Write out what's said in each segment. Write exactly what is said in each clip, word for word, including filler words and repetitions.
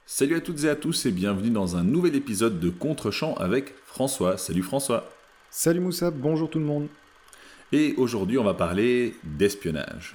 Salut à toutes et à tous et bienvenue dans un nouvel épisode de Contre-champ avec François. Salut François. Salut Moussa, bonjour tout le monde. Et aujourd'hui on va parler d'espionnage.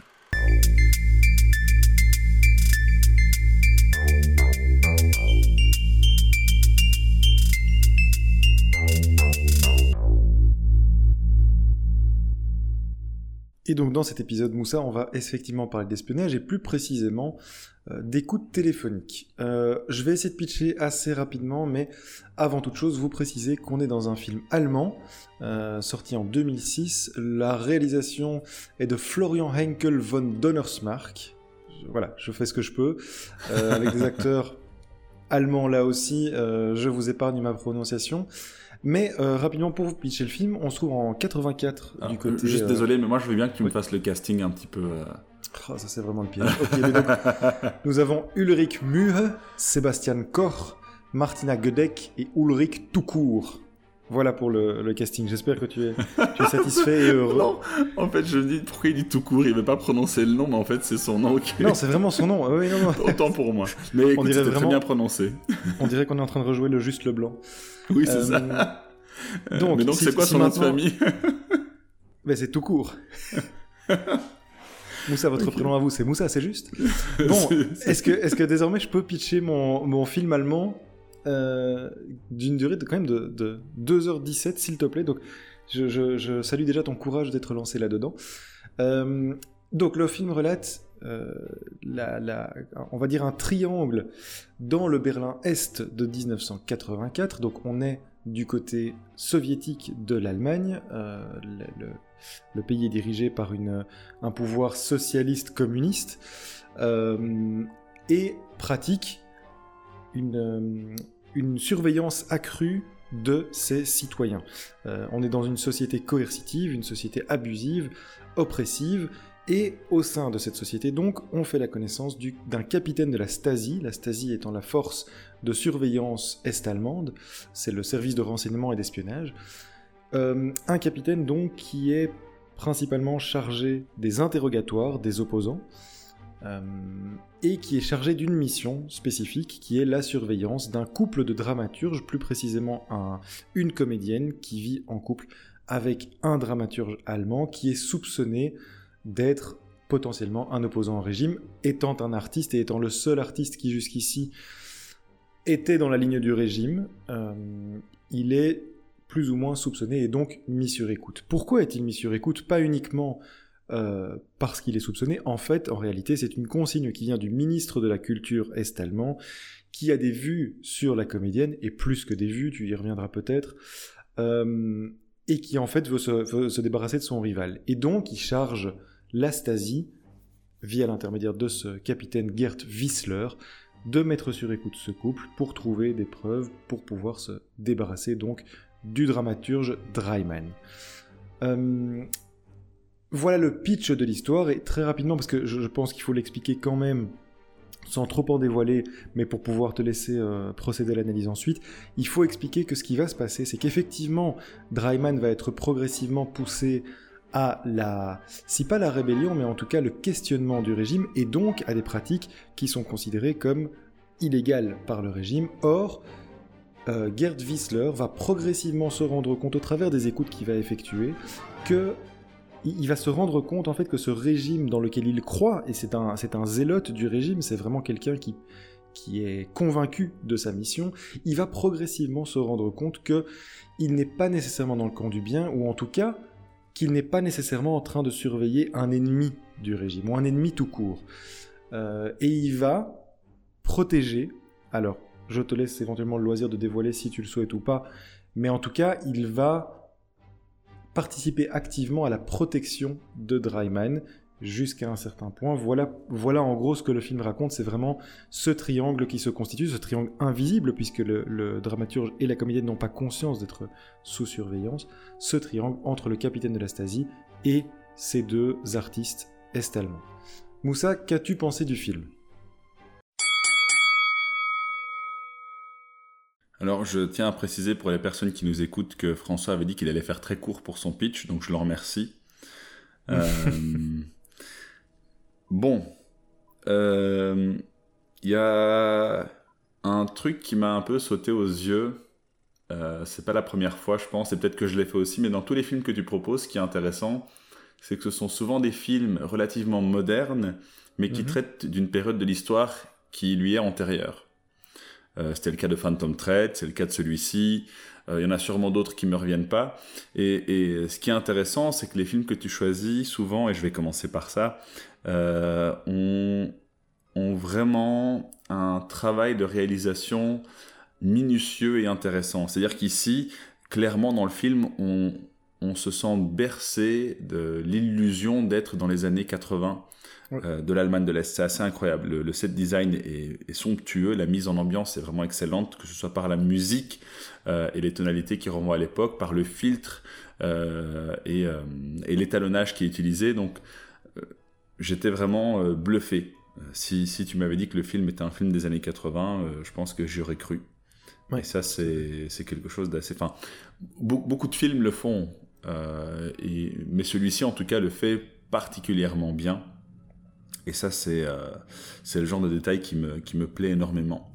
Et donc dans cet épisode Moussa, on va effectivement parler d'espionnage et plus précisément euh, d'écoute téléphonique. Euh, je vais essayer de pitcher assez rapidement, mais avant toute chose, vous préciser qu'on est dans un film allemand, euh, sorti en deux mille six. La réalisation est de Florian Henckel von Donnersmarck. Je, voilà, je fais ce que je peux, euh, avec des acteurs allemands là aussi, euh, je vous épargne ma prononciation. Mais euh, rapidement, pour vous pitcher le film, on se trouve en quatre-vingt-quatre Alors, du côté... Juste euh... désolé, mais moi je veux bien que tu oui. me fasses le casting un petit peu... Euh... Oh, ça c'est vraiment le pire. Okay, donc, nous avons Ulrich Mühe, Sebastian Koch, Martina Gedeck et Ulrich Tukur. Voilà pour le, le casting. J'espère que tu es, tu es satisfait et heureux. Non, en fait je me dis pourquoi il dit tout court, il veut pas prononcer le nom, mais en fait c'est son nom. Okay. Non, c'est vraiment son nom. Oui, non, non. Autant pour moi. Mais écoute, c'était vraiment... très bien prononcé. On dirait qu'on est en train de rejouer le Juste Leblanc. Oui, c'est euh... ça. Donc, mais donc si, c'est quoi si son nom maintenant... de famille? Ben, c'est tout court. Moussa, votre okay. prénom à vous, c'est Moussa, c'est juste. Bon, c'est, c'est... Est-ce, que, est-ce que désormais je peux pitcher mon, mon film allemand euh, d'une durée de, quand même de, de deux heures dix-sept, s'il te plaît. Donc, je, je, je salue déjà ton courage d'être lancé là-dedans. Euh, donc, le film relate, euh, la, la, on va dire, un triangle dans le Berlin-Est de dix-neuf cent quatre-vingt-quatre. Donc, on est du côté soviétique de l'Allemagne. Euh, le, le, le pays est dirigé par une, un pouvoir socialiste communiste euh, et pratique une, une surveillance accrue de ses citoyens. Euh, on est dans une société coercitive, une société abusive, oppressive, et au sein de cette société, donc, on fait la connaissance du, d'un capitaine de la Stasi, la Stasi étant la force de surveillance est-allemande, c'est le service de renseignement et d'espionnage, euh, un capitaine donc qui est principalement chargé des interrogatoires des opposants, euh, et qui est chargé d'une mission spécifique, qui est la surveillance d'un couple de dramaturges, plus précisément un, une comédienne qui vit en couple avec un dramaturge allemand qui est soupçonné d'être potentiellement un opposant au régime, étant un artiste et étant le seul artiste qui jusqu'ici était dans la ligne du régime, euh, il est plus ou moins soupçonné et donc mis sur écoute. Pourquoi est-il mis sur écoute? Pas uniquement euh, parce qu'il est soupçonné, en fait, en réalité, c'est une consigne qui vient du ministre de la Culture est-allemand, qui a des vues sur la comédienne, et plus que des vues, tu y reviendras peut-être, euh, et qui en fait veut se, veut se débarrasser de son rival. Et donc il charge la Stasi, via l'intermédiaire de ce capitaine Gert Wissler, de mettre sur écoute ce couple pour trouver des preuves pour pouvoir se débarrasser donc du dramaturge Draiman. Euh, voilà le pitch de l'histoire, et très rapidement, parce que je, je pense qu'il faut l'expliquer quand même, sans trop en dévoiler, mais pour pouvoir te laisser euh, procéder à l'analyse ensuite, il faut expliquer que ce qui va se passer, c'est qu'effectivement, Draiman va être progressivement poussé à la, si pas la rébellion, mais en tout cas le questionnement du régime, et donc à des pratiques qui sont considérées comme illégales par le régime. Or, euh, Gert Wissler va progressivement se rendre compte, au travers des écoutes qu'il va effectuer, que il va se rendre compte en fait que ce régime dans lequel il croit, et c'est un, c'est un zélote du régime, c'est vraiment quelqu'un qui, qui est convaincu de sa mission, il va progressivement se rendre compte qu'il n'est pas nécessairement dans le camp du bien, ou en tout cas qu'il n'est pas nécessairement en train de surveiller un ennemi du régime, ou un ennemi tout court. Euh, et il va protéger, alors je te laisse éventuellement le loisir de dévoiler si tu le souhaites ou pas, mais en tout cas il va participer activement à la protection de Draiman jusqu'à un certain point. Voilà, voilà en gros ce que le film raconte, c'est vraiment ce triangle qui se constitue, ce triangle invisible, puisque le, le dramaturge et la comédienne n'ont pas conscience d'être sous surveillance, ce triangle entre le capitaine de la Stasi et ces deux artistes est-allemands. Moussa, qu'as-tu pensé du film ? Alors, je tiens à préciser pour les personnes qui nous écoutent que François avait dit qu'il allait faire très court pour son pitch, donc je le remercie. euh... Bon, il euh, y a Un truc qui m'a un peu sauté aux yeux, euh, c'est pas la première fois, je pense, et peut-être que je l'ai fait aussi, mais dans tous les films que tu proposes, ce qui est intéressant, c'est que ce sont souvent des films relativement modernes, mais qui mm-hmm. traitent d'une période de l'histoire qui lui est antérieure. Euh, c'était le cas de Phantom Thread, c'est le cas de celui-ci. Il euh, y en a sûrement d'autres qui me reviennent pas. Et, et ce qui est intéressant, c'est que les films que tu choisis, souvent, et je vais commencer par ça, euh, ont, ont vraiment un travail de réalisation minutieux et intéressant. C'est-à-dire qu'ici, clairement, dans le film, on, on se sent bercé de l'illusion d'être dans les années quatre-vingts. Euh, de l'Allemagne de l'Est. C'est assez incroyable. Le, le set design est, est somptueux, la mise en ambiance est vraiment excellente, que ce soit par la musique euh, et les tonalités qui renvoient à l'époque, par le filtre euh, et, euh, et l'étalonnage qui est utilisé. Donc, euh, j'étais vraiment euh, bluffé. Si, si tu m'avais dit que le film était un film des années quatre-vingts, euh, je pense que j'y aurais cru. Ouais. Et ça, c'est, c'est quelque chose d'assez... Enfin, be- beaucoup de films le font, euh, et, mais celui-ci, en tout cas, le fait particulièrement bien. Et ça, c'est, euh, c'est le genre de détail qui me, qui me plaît énormément.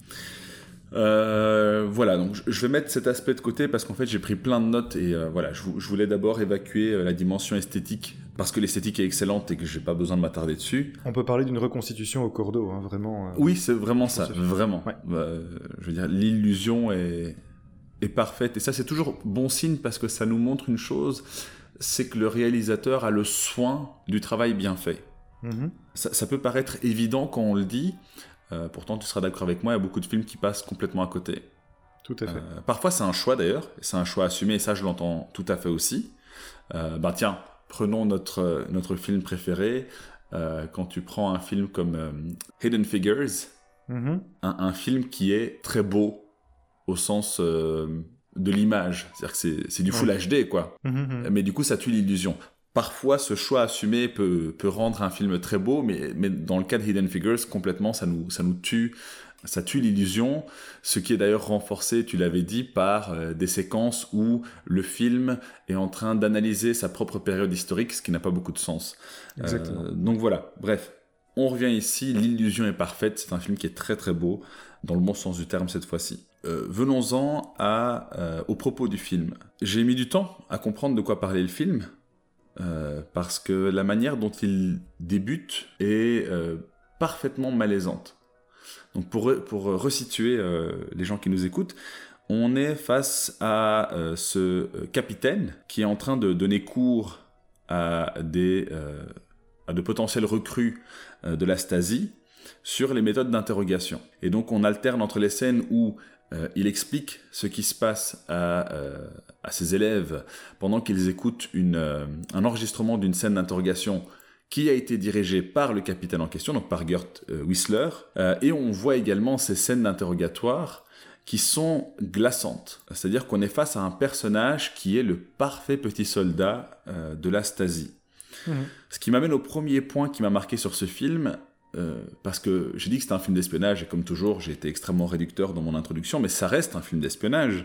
Euh, voilà, donc je vais mettre cet aspect de côté parce qu'en fait, j'ai pris plein de notes et euh, voilà, je, je voulais d'abord évacuer la dimension esthétique parce que l'esthétique est excellente et que j'ai pas besoin de m'attarder dessus. On peut parler d'une reconstitution au cordeau, hein, vraiment. Euh... Oui, c'est vraiment ça, vraiment. Ouais. Euh, je veux dire, l'illusion est, est parfaite et ça, c'est toujours bon signe parce que ça nous montre une chose, c'est que le réalisateur a le soin du travail bien fait. Mmh. Ça, ça peut paraître évident quand on le dit, euh, pourtant tu seras d'accord avec moi, il y a beaucoup de films qui passent complètement à côté. Tout à fait. Euh, parfois c'est un choix d'ailleurs, c'est un choix assumé et ça je l'entends tout à fait aussi. Euh, ben tiens, prenons notre, notre film préféré, euh, quand tu prends un film comme euh, Hidden Figures, mmh. un, un film qui est très beau au sens euh, de l'image, c'est-à-dire que c'est, c'est du full ouais. H D quoi, mmh. mais du coup ça tue l'illusion. Parfois, ce choix assumé peut, peut rendre un film très beau, mais, mais dans le cas de Hidden Figures, complètement, ça nous, ça nous tue, ça tue l'illusion, ce qui est d'ailleurs renforcé, tu l'avais dit, par euh, des séquences où le film est en train d'analyser sa propre période historique, ce qui n'a pas beaucoup de sens. Exactement. Euh, donc voilà, bref, on revient ici, l'illusion est parfaite, c'est un film qui est très très beau, dans le bon sens du terme cette fois-ci. Euh, venons-en à, euh, au propos du film. J'ai mis du temps à comprendre de quoi parlait le film, Euh, parce que la manière dont il débute est euh, parfaitement malaisante. Donc pour, pour resituer euh, les gens qui nous écoutent, on est face à euh, ce capitaine qui est en train de donner cours à, des, euh, à de potentiels recrues euh, de la Stasi sur les méthodes d'interrogation. Et donc on alterne entre les scènes où Euh, il explique ce qui se passe à, euh, à ses élèves pendant qu'ils écoutent une, euh, un enregistrement d'une scène d'interrogation qui a été dirigée par le capitaine en question, donc par Gert euh, Whistler. Euh, et on voit également ces scènes d'interrogatoire qui sont glaçantes. C'est-à-dire qu'on est face à un personnage qui est le parfait petit soldat euh, de la Stasi. Mmh. Ce qui m'amène au premier point qui m'a marqué sur ce film. Euh, parce que j'ai dit que c'était un film d'espionnage et comme toujours j'ai été extrêmement réducteur dans mon introduction, mais ça reste un film d'espionnage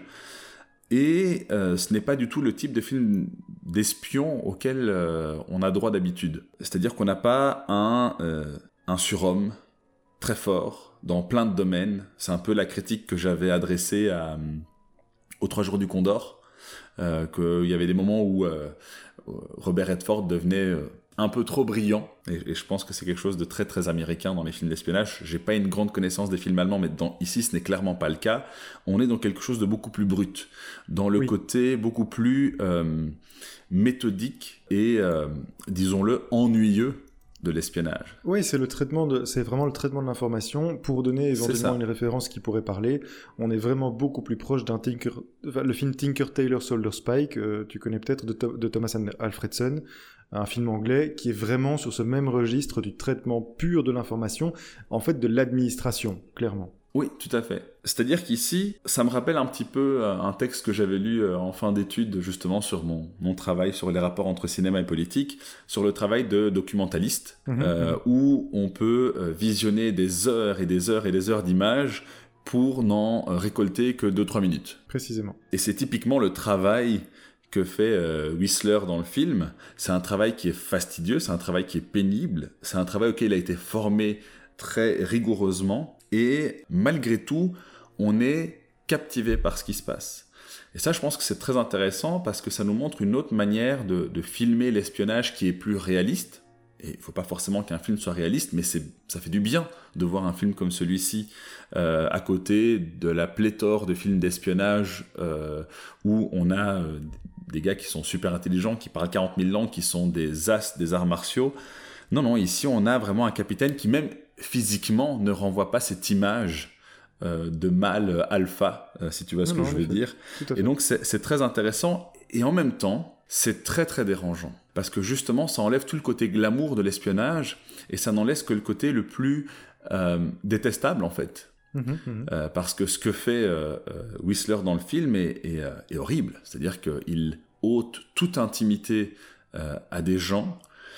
et euh, ce n'est pas du tout le type de film d'espion auquel euh, on a droit d'habitude. C'est-à-dire qu'on n'a pas un, euh, un surhomme très fort dans plein de domaines. C'est un peu la critique que j'avais adressée à, aux Trois Jours du Condor, euh, qu'il y avait des moments où euh, Robert Redford devenait euh, un peu trop brillant, et, et je pense que c'est quelque chose de très très américain dans les films d'espionnage. J'ai pas une grande connaissance des films allemands, mais dans, ici ce n'est clairement pas le cas. On est dans quelque chose de beaucoup plus brut, dans le oui. côté beaucoup plus euh, méthodique et, euh, disons-le, ennuyeux de l'espionnage. Oui, c'est le traitement de, c'est vraiment le traitement de l'information. Pour donner éventuellement une référence qui pourrait parler, on est vraiment beaucoup plus proche d'un Tinker, enfin, le film Tinker Tailor Soldier Spy, que tu connais peut-être, de, de Thomas Alfredson, un film anglais qui est vraiment sur ce même registre du traitement pur de l'information, en fait de l'administration, clairement. Oui, tout à fait. C'est-à-dire qu'ici, ça me rappelle un petit peu un texte que j'avais lu en fin d'études, justement, sur mon, mon travail sur les rapports entre cinéma et politique, sur le travail de documentaliste, mmh, euh, mmh. où on peut visionner des heures et des heures et des heures d'images pour n'en récolter que deux trois minutes. Précisément. Et c'est typiquement le travail que fait euh, Whistler dans le film. C'est un travail qui est fastidieux, c'est un travail qui est pénible, c'est un travail auquel il a été formé très rigoureusement, et malgré tout, on est captivé par ce qui se passe. Et ça, je pense que c'est très intéressant parce que ça nous montre une autre manière de, de filmer l'espionnage qui est plus réaliste. Et il ne faut pas forcément qu'un film soit réaliste, mais c'est, ça fait du bien de voir un film comme celui-ci euh, à côté de la pléthore de films d'espionnage euh, où on a euh, des gars qui sont super intelligents, qui parlent quarante mille langues, qui sont des as des arts martiaux. Non, non, ici on a vraiment un capitaine qui même physiquement ne renvoie pas cette image euh, de mâle alpha, euh, si tu vois ce non, que non, je veux fait. dire. Et donc c'est, c'est très intéressant et en même temps c'est très très dérangeant. Parce que justement, ça enlève tout le côté glamour de l'espionnage et ça n'en laisse que le côté le plus euh, détestable, en fait. Mmh, mmh. Euh, parce que ce que fait euh, euh, Whistler dans le film est, est, euh, est horrible. C'est-à-dire qu'il ôte toute intimité euh, à des gens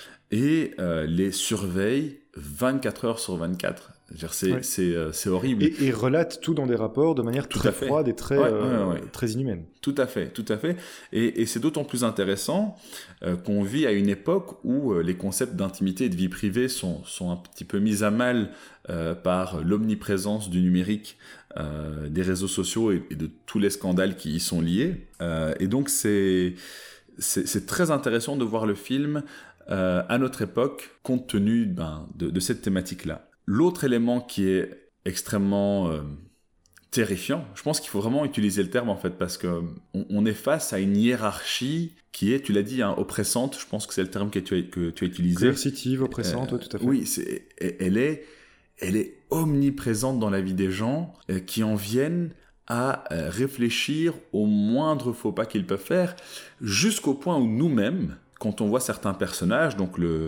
et euh, les surveille vingt-quatre heures sur vingt-quatre. C'est, ouais. c'est, euh, c'est horrible. Et, et relate tout dans des rapports de manière tout très froide et très, ouais, euh, ouais, ouais. très inhumaine. Tout à fait, tout à fait. Et, et c'est d'autant plus intéressant euh, qu'on vit à une époque où euh, les concepts d'intimité et de vie privée sont, sont un petit peu mis à mal euh, par l'omniprésence du numérique, euh, des réseaux sociaux et, et de tous les scandales qui y sont liés. Euh, et donc c'est, c'est, c'est très intéressant de voir le film euh, à notre époque, compte tenu ben, de, de cette thématique-là. L'autre élément qui est extrêmement euh, terrifiant, je pense qu'il faut vraiment utiliser le terme en fait, parce qu'on on est face à une hiérarchie qui est, tu l'as dit, hein, oppressante, je pense que c'est le terme que tu as, que tu as utilisé. Coercitive, oppressante, euh, oui, tout à fait. Oui, c'est, elle, est, elle est omniprésente dans la vie des gens euh, qui en viennent à euh, réfléchir au moindre faux pas qu'ils peuvent faire, jusqu'au point où nous-mêmes, quand on voit certains personnages, donc le,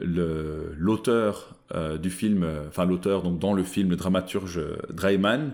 le, l'auteur euh, du film, enfin euh, l'auteur donc dans le film, le dramaturge euh, Draiman,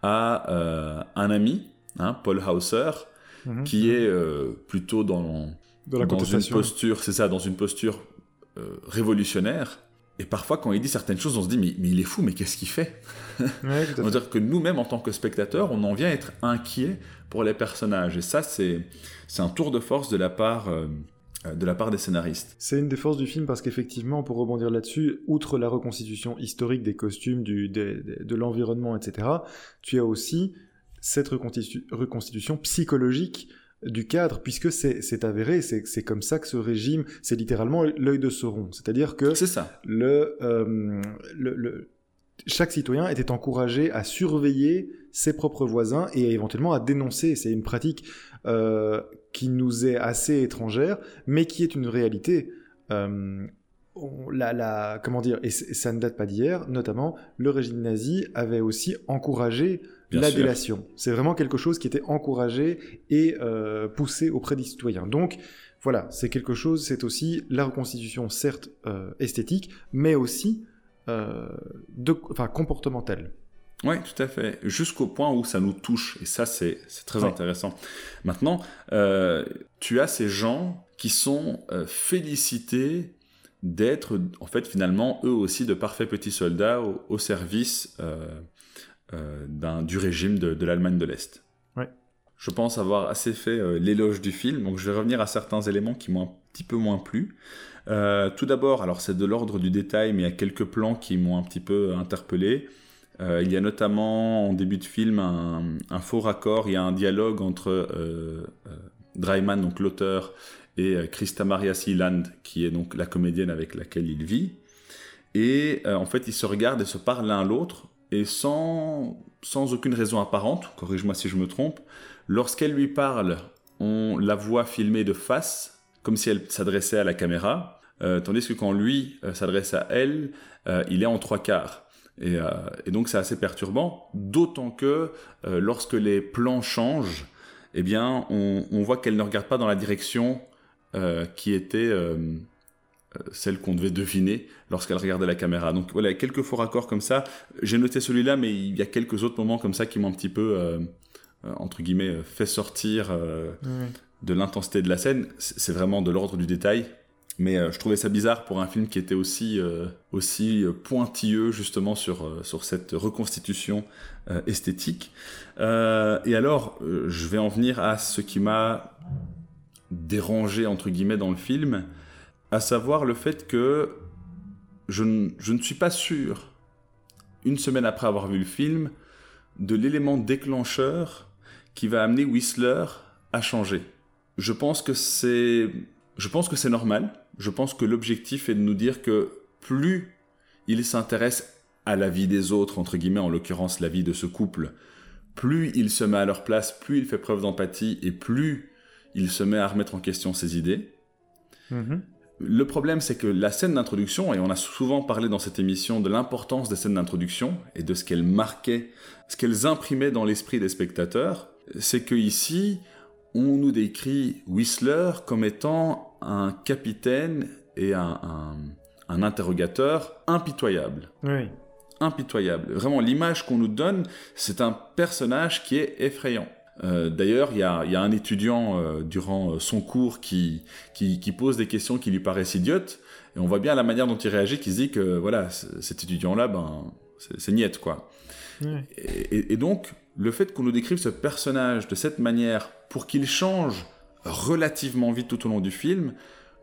a euh, un ami, hein, Paul Hauser, mmh, qui mmh. est euh, plutôt dans, dans, la dans une posture, c'est ça, dans une posture euh, révolutionnaire. Et parfois, quand il dit certaines choses, on se dit mais, mais il est fou, mais qu'est-ce qu'il fait? Ouais, on veut dire que nous-mêmes, en tant que spectateurs, on en vient à être inquiets pour les personnages. Et ça, c'est, c'est un tour de force de la part euh, de la part des scénaristes. C'est une des forces du film parce qu'effectivement, pour rebondir là-dessus, outre la reconstitution historique des costumes, du, de, de, de l'environnement, et cetera, tu as aussi cette reconstitu- reconstitution psychologique du cadre, puisque c'est, c'est avéré, c'est, c'est comme ça que ce régime, c'est littéralement l'œil de Sauron. C'est-à-dire que c'est ça. Le, euh, le, le, chaque citoyen était encouragé à surveiller ses propres voisins et éventuellement à dénoncer. C'est une pratique euh, qui nous est assez étrangère, mais qui est une réalité. Euh, on, la, la, comment dire, et ça ne date pas d'hier, notamment, le régime nazi avait aussi encouragé Bien la sûr. délation. C'est vraiment quelque chose qui était encouragé et euh, poussé auprès des citoyens. Donc, voilà, c'est quelque chose, c'est aussi la reconstitution, certes euh, esthétique, mais aussi euh, de, enfin, comportementale. Oui, tout à fait. Jusqu'au point où ça nous touche. Et ça, c'est, c'est très ouais. intéressant. Maintenant, euh, tu as ces gens qui sont euh, félicités d'être, en fait, finalement, eux aussi, de parfaits petits soldats au, au service euh, euh, d'un, du régime de, de l'Allemagne de l'Est. Ouais. Je pense avoir assez fait euh, l'éloge du film. Donc, je vais revenir à certains éléments qui m'ont un petit peu moins plu. Euh, tout d'abord, alors c'est de l'ordre du détail, mais il y a quelques plans qui m'ont un petit peu interpellé. Euh, il y a notamment en début de film un, un faux raccord, il y a un dialogue entre euh, euh, Draiman, donc l'auteur, et euh, Christa Maria Seeland, qui est donc la comédienne avec laquelle il vit. Et euh, en fait, ils se regardent et se parlent l'un à l'autre, et sans, sans aucune raison apparente, corrige-moi si je me trompe, lorsqu'elle lui parle, on la voit filmée de face, comme si elle s'adressait à la caméra, euh, tandis que quand lui euh, s'adresse à elle, euh, il est en trois quarts. Et, euh, et donc c'est assez perturbant, d'autant que euh, lorsque les plans changent, eh bien, on, on voit qu'elle ne regarde pas dans la direction euh, qui était euh, celle qu'on devait deviner lorsqu'elle regardait la caméra. Donc voilà, quelques faux raccords comme ça. J'ai noté celui-là, mais il y a quelques autres moments comme ça qui m'ont un petit peu, euh, entre guillemets, fait sortir euh, mmh. de l'intensité de la scène. C'est vraiment de l'ordre du détail. Mais euh, je trouvais ça bizarre pour un film qui était aussi, euh, aussi pointilleux justement sur, euh, sur cette reconstitution euh, esthétique. Euh, et alors, euh, je vais en venir à ce qui m'a dérangé, entre guillemets, dans le film, à savoir le fait que je, n- je ne suis pas sûr, une semaine après avoir vu le film, de l'élément déclencheur qui va amener Whistler à changer. Je pense que c'est, je pense que c'est normal. Je pense que l'objectif est de nous dire que plus il s'intéresse à la vie des autres, entre guillemets, en l'occurrence la vie de ce couple, plus il se met à leur place, plus il fait preuve d'empathie et plus il se met à remettre en question ses idées. Mm-hmm. Le problème, c'est que la scène d'introduction, et on a souvent parlé dans cette émission de l'importance des scènes d'introduction et de ce qu'elles marquaient, ce qu'elles imprimaient dans l'esprit des spectateurs, c'est qu'ici, on nous décrit Whistler comme étant un capitaine et un, un, un interrogateur impitoyable. Oui. Impitoyable. Vraiment, l'image qu'on nous donne, c'est un personnage qui est effrayant. Euh, d'ailleurs, il y a, y a un étudiant euh, durant son cours qui, qui, qui pose des questions qui lui paraissent idiotes, et on voit bien la manière dont il réagit, qu'il se dit que voilà, cet étudiant-là, ben, c'est, c'est niette, quoi. Oui. Et, et, et donc, le fait qu'on nous décrive ce personnage de cette manière, pour qu'il change relativement vite tout au long du film,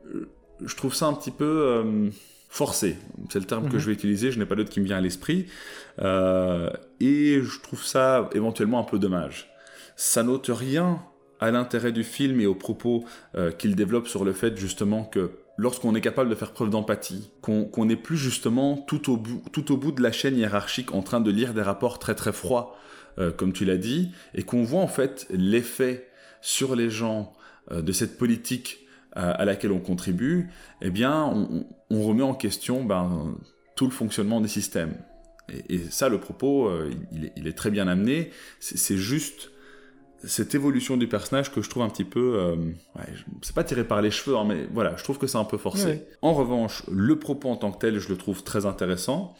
je trouve ça un petit peu euh, forcé. C'est le terme mm-hmm. que je vais utiliser, je n'ai pas d'autre qui me vient à l'esprit. Euh, et je trouve ça éventuellement un peu dommage. Ça n'ôte rien à l'intérêt du film et aux propos euh, qu'il développe sur le fait justement que lorsqu'on est capable de faire preuve d'empathie, qu'on, qu'on n'est plus justement tout au, bout, tout au bout de la chaîne hiérarchique en train de lire des rapports très très froids, euh, comme tu l'as dit, et qu'on voit en fait l'effet sur les gens euh, de cette politique euh, à laquelle on contribue, eh bien on, on remet en question ben, tout le fonctionnement des systèmes. Et, et ça, le propos, euh, il, est, il est très bien amené, c'est, c'est juste... cette évolution du personnage que je trouve un petit peu... Euh, ouais, c'est pas tiré par les cheveux, hein, mais voilà, je trouve que c'est un peu forcé. Oui. En revanche, le propos en tant que tel, je le trouve très intéressant.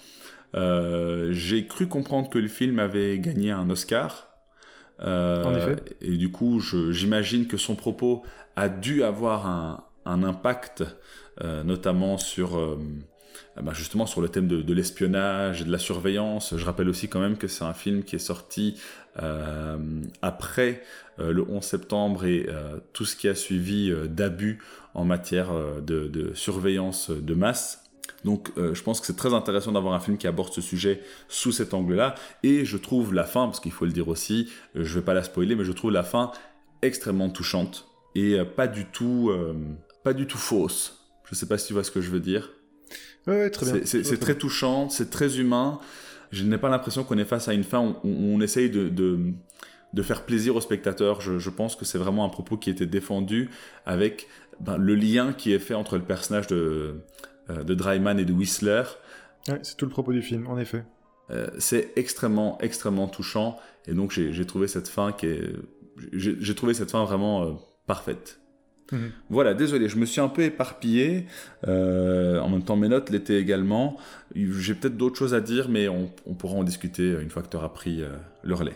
Euh, j'ai cru comprendre que le film avait gagné un Oscar. Euh, en effet. Et du coup, je, j'imagine que son propos a dû avoir un, un impact, euh, notamment sur... Euh, Ben justement sur le thème de, de l'espionnage et de la surveillance. Je rappelle aussi quand même que c'est un film qui est sorti euh, après euh, le onze septembre et euh, tout ce qui a suivi euh, d'abus en matière euh, de, de surveillance de masse. Donc euh, je pense que c'est très intéressant d'avoir un film qui aborde ce sujet sous cet angle-là. Et je trouve la fin, parce qu'il faut le dire aussi, euh, je ne vais pas la spoiler, mais je trouve la fin extrêmement touchante et euh, pas du tout, euh, pas du tout fausse. Je ne sais pas si tu vois ce que je veux dire. Ouais, ouais, très bien. C'est, c'est, c'est très touchant, c'est très humain. Je n'ai pas l'impression qu'on est face à une fin où on, on essaye de, de, de faire plaisir aux spectateurs. Je, je pense que c'est vraiment un propos qui était défendu avec ben, le lien qui est fait entre le personnage de, euh, de Dryman et de Whistler. Ouais, c'est tout le propos du film, en effet. Euh, c'est extrêmement, extrêmement touchant. Et donc, j'ai, j'ai trouvé cette fin qui est... J'ai, j'ai trouvé cette fin vraiment euh, parfaite. Mmh. Voilà, désolé, je me suis un peu éparpillé. Euh, en même temps, mes notes l'étaient également. J'ai peut-être d'autres choses à dire, mais on, on pourra en discuter une fois que tu auras pris euh, le relais.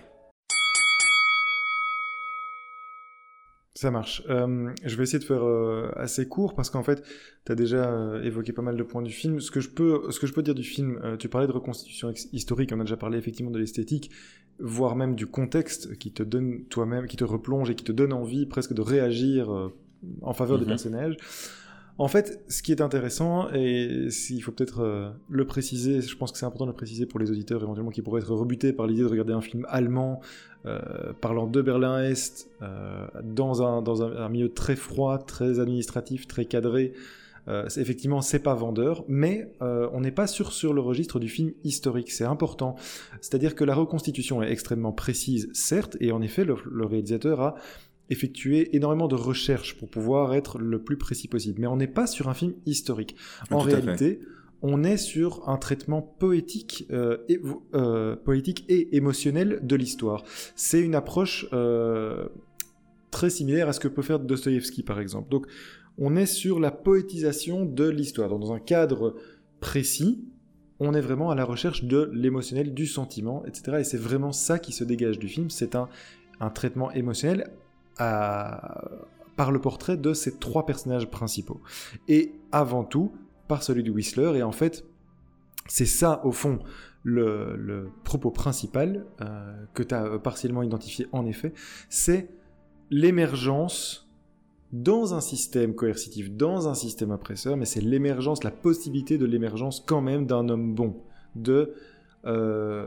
Ça marche. Euh, je vais essayer de faire euh, assez court parce qu'en fait, tu as déjà euh, évoqué pas mal de points du film. Ce que je peux, ce que je peux dire du film, euh, tu parlais de reconstitution ex- historique, on a déjà parlé effectivement de l'esthétique, voire même du contexte qui te donne toi-même, qui te replonge et qui te donne envie presque de réagir euh, en faveur mm-hmm. des personnages. En fait, ce qui est intéressant, et il faut peut-être euh, le préciser, je pense que c'est important de le préciser pour les auditeurs éventuellement qui pourraient être rebutés par l'idée de regarder un film allemand euh, parlant de Berlin-Est, euh, dans, un, dans un, un milieu très froid, très administratif, très cadré. Euh, c'est, effectivement, c'est pas vendeur, mais euh, on n'est pas sur, sur le registre du film historique, c'est important. C'est-à-dire que la reconstitution est extrêmement précise, certes, et en effet, le, le réalisateur a effectuer énormément de recherches pour pouvoir être le plus précis possible. Mais on n'est pas sur un film historique. En Tout réalité, on est sur un traitement poétique, euh, et, euh, poétique et émotionnel de l'histoire. C'est une approche euh, très similaire à ce que peut faire Dostoïevski, par exemple. Donc, on est sur la poétisation de l'histoire. Donc, dans un cadre précis, on est vraiment à la recherche de l'émotionnel, du sentiment, et cetera. Et c'est vraiment ça qui se dégage du film. C'est un, un traitement émotionnel À... par le portrait de ces trois personnages principaux. Et avant tout, par celui de Whistler. Et en fait, c'est ça, au fond, le, le propos principal euh, que tu as partiellement identifié, en effet. C'est l'émergence dans un système coercitif, dans un système oppresseur, mais c'est l'émergence, la possibilité de l'émergence quand même d'un homme bon, de... Euh,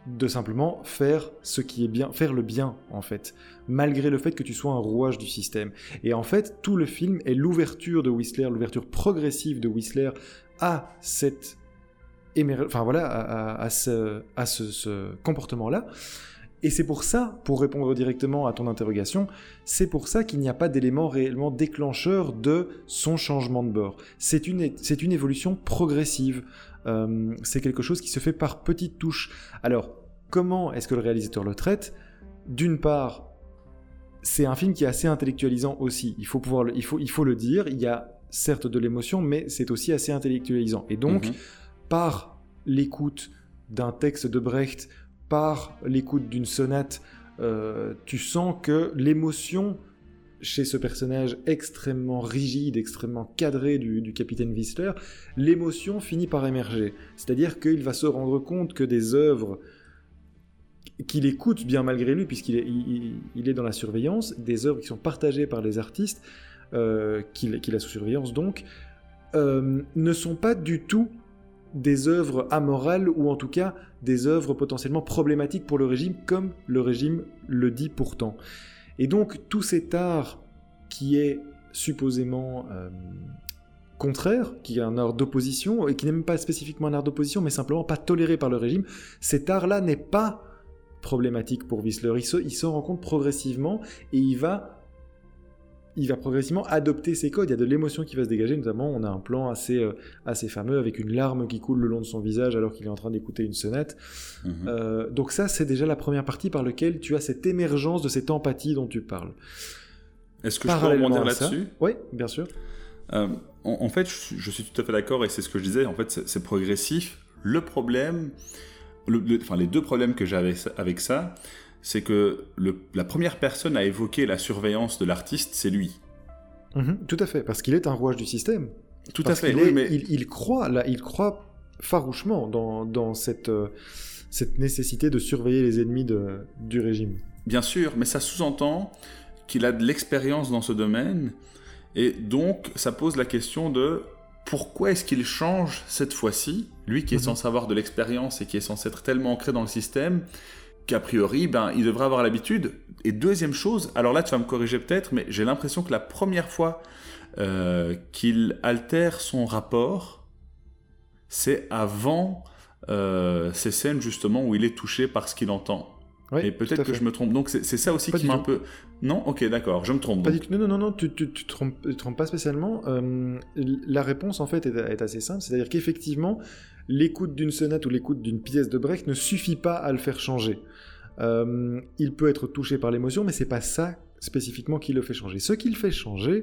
de simplement faire ce qui est bien, faire le bien en fait, malgré le fait que tu sois un rouage du système. Et en fait, tout le film est l'ouverture de Whistler, l'ouverture progressive de Whistler à cette émer... enfin voilà, à, à, à ce, à ce, ce comportement-là. Et c'est pour ça, pour répondre directement à ton interrogation, c'est pour ça qu'il n'y a pas d'élément réellement déclencheur de son changement de bord. C'est une, c'est une évolution progressive. Euh, c'est quelque chose qui se fait par petites touches. Alors, comment est-ce que le réalisateur le traite ? D'une part, c'est un film qui est assez intellectualisant aussi. Il faut pouvoir, le, il faut, il faut le dire. Il y a certes de l'émotion, mais c'est aussi assez intellectualisant. Et donc, mm-hmm. par l'écoute d'un texte de Brecht, par l'écoute d'une sonate, euh, tu sens que l'émotion chez ce personnage extrêmement rigide, extrêmement cadré du, du capitaine Whistler, l'émotion finit par émerger. C'est-à-dire qu'il va se rendre compte que des œuvres qu'il écoute bien malgré lui, puisqu'il est, il, il est dans la surveillance, des œuvres qui sont partagées par les artistes, euh, qu'il, qu'il a sous surveillance donc, euh, ne sont pas du tout des œuvres amorales, ou en tout cas des œuvres potentiellement problématiques pour le régime, comme le régime le dit pourtant. Et donc, tout cet art qui est supposément euh, contraire, qui est un art d'opposition, et qui n'est même pas spécifiquement un art d'opposition, mais simplement pas toléré par le régime, cet art-là n'est pas problématique pour Whistler. Il se, il se rend compte progressivement, et il va, il va progressivement adopter ses codes. Il y a de l'émotion qui va se dégager, notamment on a un plan assez, euh, assez fameux, avec une larme qui coule le long de son visage alors qu'il est en train d'écouter une sonate. Mmh. Euh, donc ça, c'est déjà la première partie par laquelle tu as cette émergence de cette empathie dont tu parles. Est-ce que je peux rebondir là-dessus ? Oui, bien sûr. Euh, en, en fait, je, je suis tout à fait d'accord, et c'est ce que je disais, en fait, c'est, c'est progressif. Le problème, le, le, enfin les deux problèmes que j'ai avec ça, avec ça c'est que le, la première personne à évoquer la surveillance de l'artiste, c'est lui. Mmh, tout à fait, parce qu'il est un rouage du système. Tout parce à fait, qu'il oui, est, mais... Il, il, croit, là, il croit farouchement dans, dans cette, euh, cette nécessité de surveiller les ennemis de, du régime. Bien sûr, mais ça sous-entend qu'il a de l'expérience dans ce domaine, et donc ça pose la question de pourquoi est-ce qu'il change cette fois-ci, lui qui est mmh. censé avoir de l'expérience et qui est censé être tellement ancré dans le système, qu'a priori, ben, il devrait avoir l'habitude. Et deuxième chose, alors là tu vas me corriger peut-être, mais j'ai l'impression que la première fois euh, qu'il altère son rapport, c'est avant euh, ces scènes justement où il est touché par ce qu'il entend. Oui, et peut-être que je me trompe. Donc c'est, c'est ça aussi pas qui m'a un peu... Non ? Ok, d'accord, je me trompe. Pas du tout. Non, non, non, non, tu, tu, tu te trompes, tu te trompes pas spécialement. Euh, la réponse, en fait, est, est assez simple. C'est-à-dire qu'effectivement, l'écoute d'une sonate ou l'écoute d'une pièce de Brecht ne suffit pas à le faire changer. Euh, il peut être touché par l'émotion, mais c'est pas ça spécifiquement qui le fait changer. Ce qui le fait changer...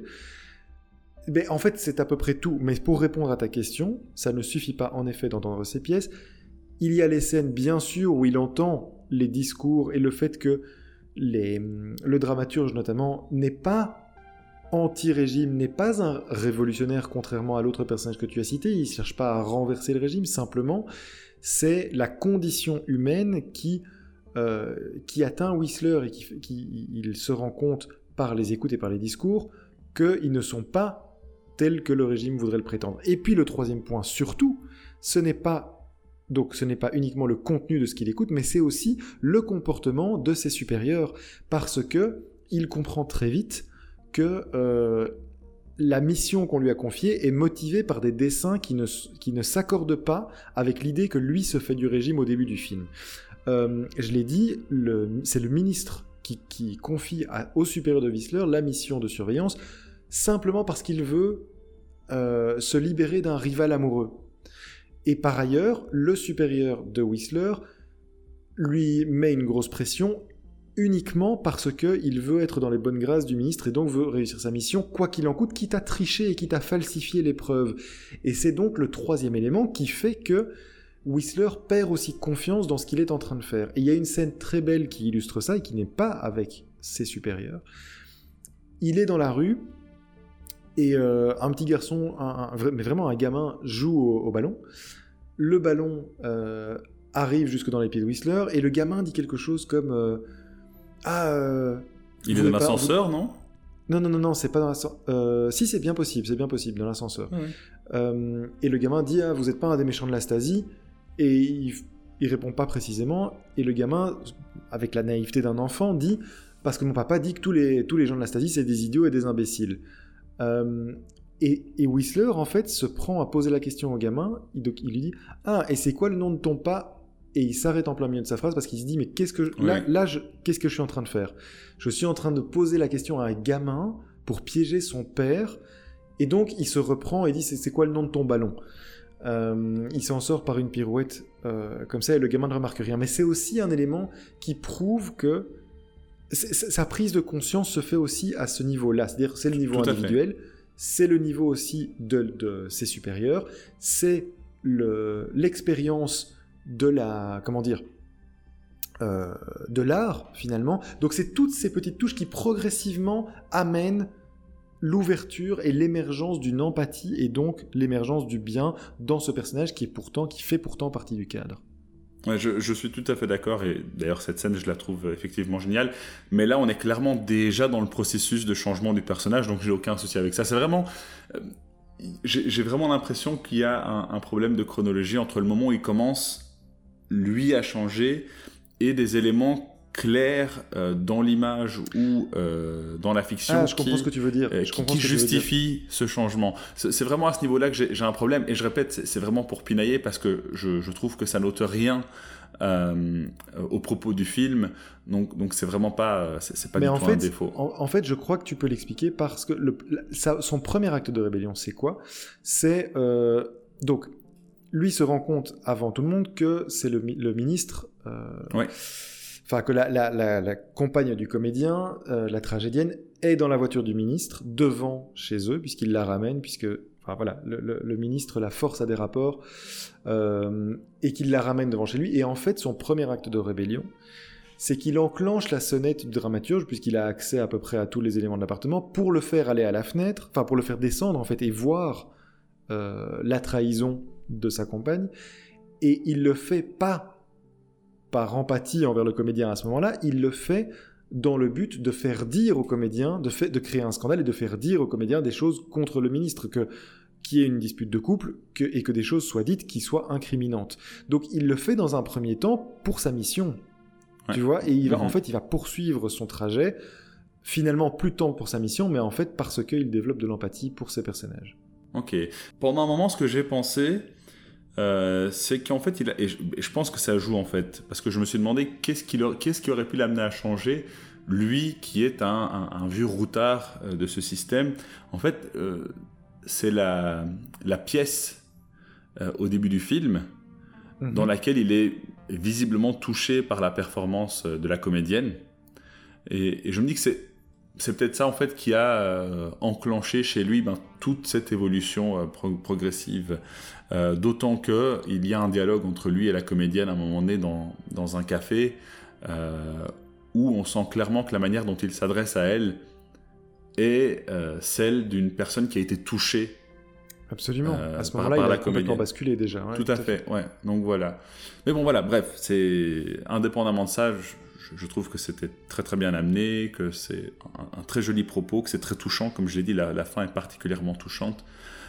Ben, en fait, c'est à peu près tout. Mais pour répondre à ta question, ça ne suffit pas, en effet, d'entendre ces pièces. Il y a les scènes, bien sûr, où il entend les discours et le fait que les, le dramaturge, notamment, n'est pas anti-régime, n'est pas un révolutionnaire, contrairement à l'autre personnage que tu as cité. Il ne cherche pas à renverser le régime, simplement, c'est la condition humaine qui, euh, qui atteint Whistler et qui, qui il se rend compte par les écoutes et par les discours qu'ils ne sont pas tels que le régime voudrait le prétendre. Et puis le troisième point, surtout, ce n'est pas Donc ce n'est pas uniquement le contenu de ce qu'il écoute, mais c'est aussi le comportement de ses supérieurs, parce que il comprend très vite que euh, la mission qu'on lui a confiée est motivée par des desseins qui ne, qui ne s'accordent pas avec l'idée que lui se fait du régime au début du film. Euh, je l'ai dit, le, c'est le ministre qui, qui confie à, au supérieur de Whistler la mission de surveillance, simplement parce qu'il veut euh, se libérer d'un rival amoureux. Et par ailleurs, le supérieur de Whistler lui met une grosse pression uniquement parce qu'il veut être dans les bonnes grâces du ministre et donc veut réussir sa mission, quoi qu'il en coûte, quitte à tricher et quitte à falsifier les preuves. Et c'est donc le troisième élément qui fait que Whistler perd aussi confiance dans ce qu'il est en train de faire. Et il y a une scène très belle qui illustre ça et qui n'est pas avec ses supérieurs. Il est dans la rue et euh, un petit garçon, un, un, mais vraiment un gamin, joue au, au ballon. Le ballon euh, arrive jusque dans les pieds de Whistler et le gamin dit quelque chose comme euh, ah euh, il est dans l'ascenseur, vous... non non non non non c'est pas dans l'ascenseur. Euh, si c'est bien possible, c'est bien possible dans l'ascenseur. Ouais. Euh, et le gamin dit ah vous êtes pas un des méchants de la Stasi et il, il répond pas précisément, et le gamin, avec la naïveté d'un enfant, dit « parce que mon papa dit que tous les, tous les gens de la Stasi, c'est des idiots et des imbéciles euh, ». Et, et Whistler, en fait, se prend à poser la question au gamin, il, donc, il lui dit « Ah, et c'est quoi le nom de ton papa ?» Et il s'arrête en plein milieu de sa phrase parce qu'il se dit « Mais qu'est-ce que, je, là, oui. là je, qu'est-ce que je suis en train de faire ? Je suis en train de poser la question à un gamin pour piéger son père. » Et donc, il se reprend et dit « C'est, c'est quoi le nom de ton ballon ?» euh, Il s'en sort par une pirouette euh, comme ça et le gamin ne remarque rien. Mais c'est aussi un élément qui prouve que c'est, c'est, sa prise de conscience se fait aussi à ce niveau-là. C'est-à-dire c'est le niveau Tout individuel, c'est le niveau aussi de, de ses supérieurs, c'est le, l'expérience de la, comment dire, euh, de l'art finalement. Donc c'est toutes ces petites touches qui progressivement amènent l'ouverture et l'émergence d'une empathie et donc l'émergence du bien dans ce personnage qui est pourtant, qui fait pourtant partie du cadre. Ouais, je, je suis tout à fait d'accord et d'ailleurs cette scène je la trouve effectivement géniale, mais là on est clairement déjà dans le processus de changement du personnage, donc j'ai aucun souci avec ça. C'est vraiment... Euh, j'ai, j'ai vraiment l'impression qu'il y a un, un problème de chronologie entre le moment où il commence lui à changer et des éléments clairs euh, dans l'image ou euh, dans la fiction ah, je comprends qui, ce que tu veux dire. euh, je qui, qui justifient ce changement. C'est, c'est vraiment à ce niveau-là que j'ai, j'ai un problème et je répète, c'est, c'est vraiment pour pinailler parce que je, je trouve que ça n'ôte rien euh, au propos du film, donc, donc c'est vraiment pas, c'est, c'est pas Mais du en tout fait, un défaut. En, en fait, je crois que tu peux l'expliquer parce que le, ça, son premier acte de rébellion, c'est quoi ? C'est... Euh, donc... Lui se rend compte avant tout le monde que c'est le, le ministre, euh, ouais. enfin que la, la, la, la compagne du comédien, euh, la tragédienne, est dans la voiture du ministre, devant chez eux, puisqu'il la ramène, puisque enfin, voilà, le, le, le ministre la force à des rapports, euh, et qu'il la ramène devant chez lui. Et en fait, son premier acte de rébellion, c'est qu'il enclenche la sonnette du dramaturge, puisqu'il a accès à peu près à tous les éléments de l'appartement, pour le faire aller à la fenêtre, enfin pour le faire descendre en fait, et voir euh, la trahison de sa compagne, et il le fait pas par empathie envers le comédien à ce moment-là, il le fait dans le but de faire dire au comédien, de, fait, de créer un scandale et de faire dire au comédien des choses contre le ministre, que, qu'il y ait une dispute de couple que, et que des choses soient dites qui soient incriminantes. Donc il le fait dans un premier temps pour sa mission, ouais. Tu vois, et il va, mmh. en fait il va poursuivre son trajet, finalement plus tant pour sa mission, mais en fait parce qu'il développe de l'empathie pour ses personnages. Ok. Pendant un moment, ce que j'ai pensé, euh, c'est qu'en fait, il a, et je, et je pense que ça joue en fait, parce que je me suis demandé qu'est-ce qui, leur, qu'est-ce qui aurait pu l'amener à changer, lui qui est un, un, un vieux routard euh, de ce système. En fait, euh, c'est la, la pièce euh, au début du film mm-hmm. dans laquelle il est visiblement touché par la performance de la comédienne. Et, et je me dis que c'est C'est peut-être ça en fait qui a euh, enclenché chez lui ben, toute cette évolution euh, pro- progressive. Euh, d'autant qu'il y a un dialogue entre lui et la comédienne à un moment donné dans, dans un café euh, où on sent clairement que la manière dont il s'adresse à elle est euh, celle d'une personne qui a été touchée. Absolument. Euh, à ce moment-là, il a complètement basculé déjà. Ouais, tout, tout à fait. fait. Ouais. Donc voilà. Mais bon voilà. Bref, c'est indépendamment de ça. Je... Je trouve que c'était très très bien amené, que c'est un, un très joli propos, que c'est très touchant, comme je l'ai dit, la, la fin est particulièrement touchante.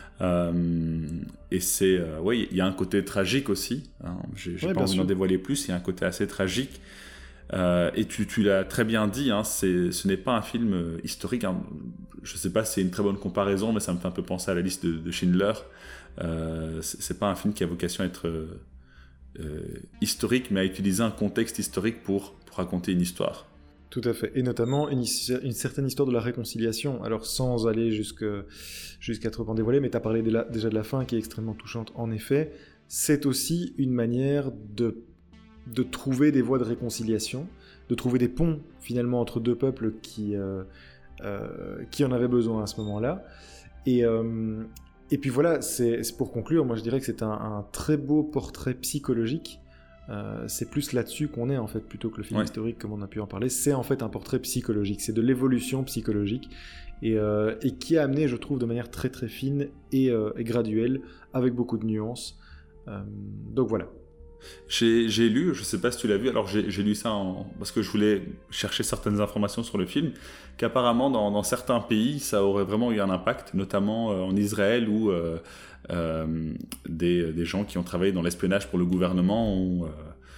Euh, et c'est, euh, oui, il y a un côté tragique aussi. Hein, j'ai j'ai ouais, pas envie d'en dévoiler plus. Il y a un côté assez tragique. Euh, et tu, tu l'as très bien dit. Hein, c'est, ce n'est pas un film historique. Hein. Je sais pas si c'est une très bonne comparaison, mais ça me fait un peu penser à la liste de, de Schindler. Euh, c'est, c'est pas un film qui a vocation à être euh, historique, mais à utiliser un contexte historique pour raconter une histoire. Tout à fait, et notamment une, une certaine histoire de la réconciliation, alors sans aller jusque, jusqu'à trop en dévoiler, mais tu as parlé de la, déjà de la fin qui est extrêmement touchante, en effet, c'est aussi une manière de, de trouver des voies de réconciliation, de trouver des ponts finalement entre deux peuples qui, euh, euh, qui en avaient besoin à ce moment-là, et, euh, et puis voilà, c'est, c'est pour conclure, moi je dirais que c'est un, un très beau portrait psychologique. Euh, c'est plus là-dessus qu'on est en fait plutôt que le film ouais. historique comme on a pu en parler. C'est en fait un portrait psychologique, c'est de l'évolution psychologique et, euh, et qui est amené, je trouve, de manière très très fine et, euh, et graduelle, avec beaucoup de nuances. Euh, donc voilà. J'ai, j'ai lu, je sais pas si tu l'as vu, alors j'ai, j'ai lu ça en, parce que je voulais chercher certaines informations sur le film, qu'apparemment dans, dans certains pays ça aurait vraiment eu un impact, notamment euh, en Israël où euh, euh, des, des gens qui ont travaillé dans l'espionnage pour le gouvernement ont, euh,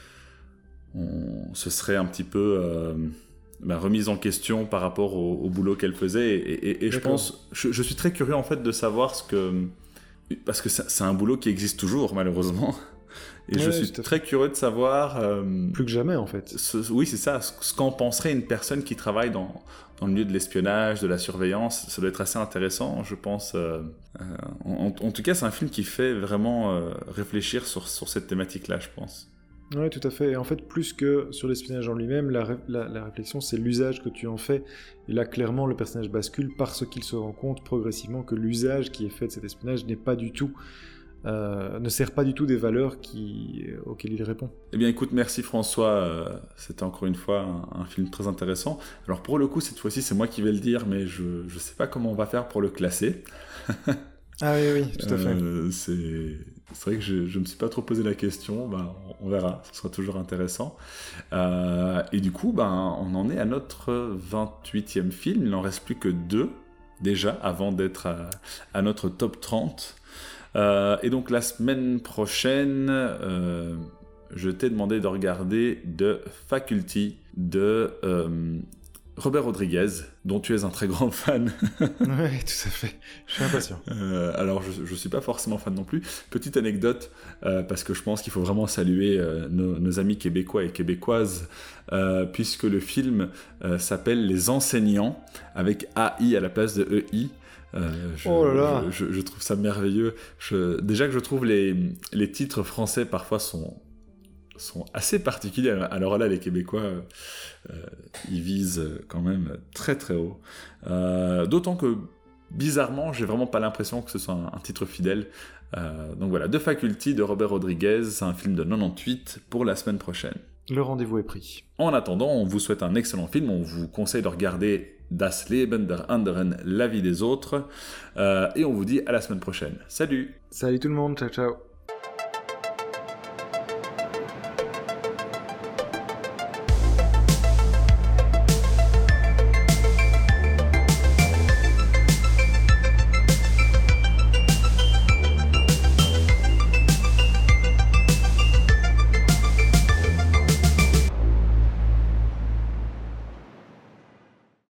on se serait un petit peu euh, bah, remise en question par rapport au, au boulot qu'elle faisait. Et, et, et je pense, je, je suis très curieux en fait de savoir ce que, parce que c'est, c'est un boulot qui existe toujours malheureusement. Et ouais, je suis très curieux de savoir... Euh, plus que jamais, en fait. Ce, oui, c'est ça. Ce, ce qu'en penserait une personne qui travaille dans, dans le milieu de l'espionnage, de la surveillance. Ça doit être assez intéressant, je pense. Euh, euh, en, en tout cas, c'est un film qui fait vraiment euh, réfléchir sur, sur cette thématique-là, je pense. Oui, tout à fait. Et en fait, plus que sur l'espionnage en lui-même, la, ré- la, la réflexion, c'est l'usage que tu en fais. Et là, clairement, le personnage bascule parce qu'il se rend compte progressivement que l'usage qui est fait de cet espionnage n'est pas du tout... Euh, ne sert pas du tout des valeurs qui, euh, auxquelles il répond. Eh bien écoute, merci François, euh, c'était encore une fois un, un film très intéressant. Alors pour le coup, cette fois-ci, c'est moi qui vais le dire, mais je ne sais pas comment on va faire pour le classer. Ah oui, oui, tout à fait. Euh, c'est... c'est vrai que je ne me suis pas trop posé la question, ben, on, on verra, ce sera toujours intéressant. Euh, et du coup, ben, on en est à notre vingt-huitième film, il n'en reste plus que deux, déjà, avant d'être à, à notre top trente. Euh, et donc la semaine prochaine, euh, je t'ai demandé de regarder The Faculty de euh, Robert Rodriguez, dont tu es un très grand fan. Oui, tout à fait. Je suis impatient. Euh, alors, je ne suis pas forcément fan non plus. Petite anecdote, euh, parce que je pense qu'il faut vraiment saluer euh, nos, nos amis québécois et québécoises, euh, puisque le film euh, s'appelle Les Enseignants, avec A I à la place de E I. Euh, je, oh là là. Je, je, je trouve ça merveilleux. Je, déjà que je trouve les, les titres français parfois sont, sont assez particuliers. Alors là, les Québécois, euh, ils visent quand même très très haut. Euh, d'autant que, bizarrement, j'ai vraiment pas l'impression que ce soit un, un titre fidèle. Euh, donc voilà, The Faculty de Robert Rodriguez, c'est un film de quatre-vingt-dix-huit pour la semaine prochaine. Le rendez-vous est pris. En attendant, on vous souhaite un excellent film. On vous conseille de regarder Das Leben der Anderen, la vie des autres. Euh, et on vous dit à la semaine prochaine. Salut! Salut tout le monde, ciao ciao!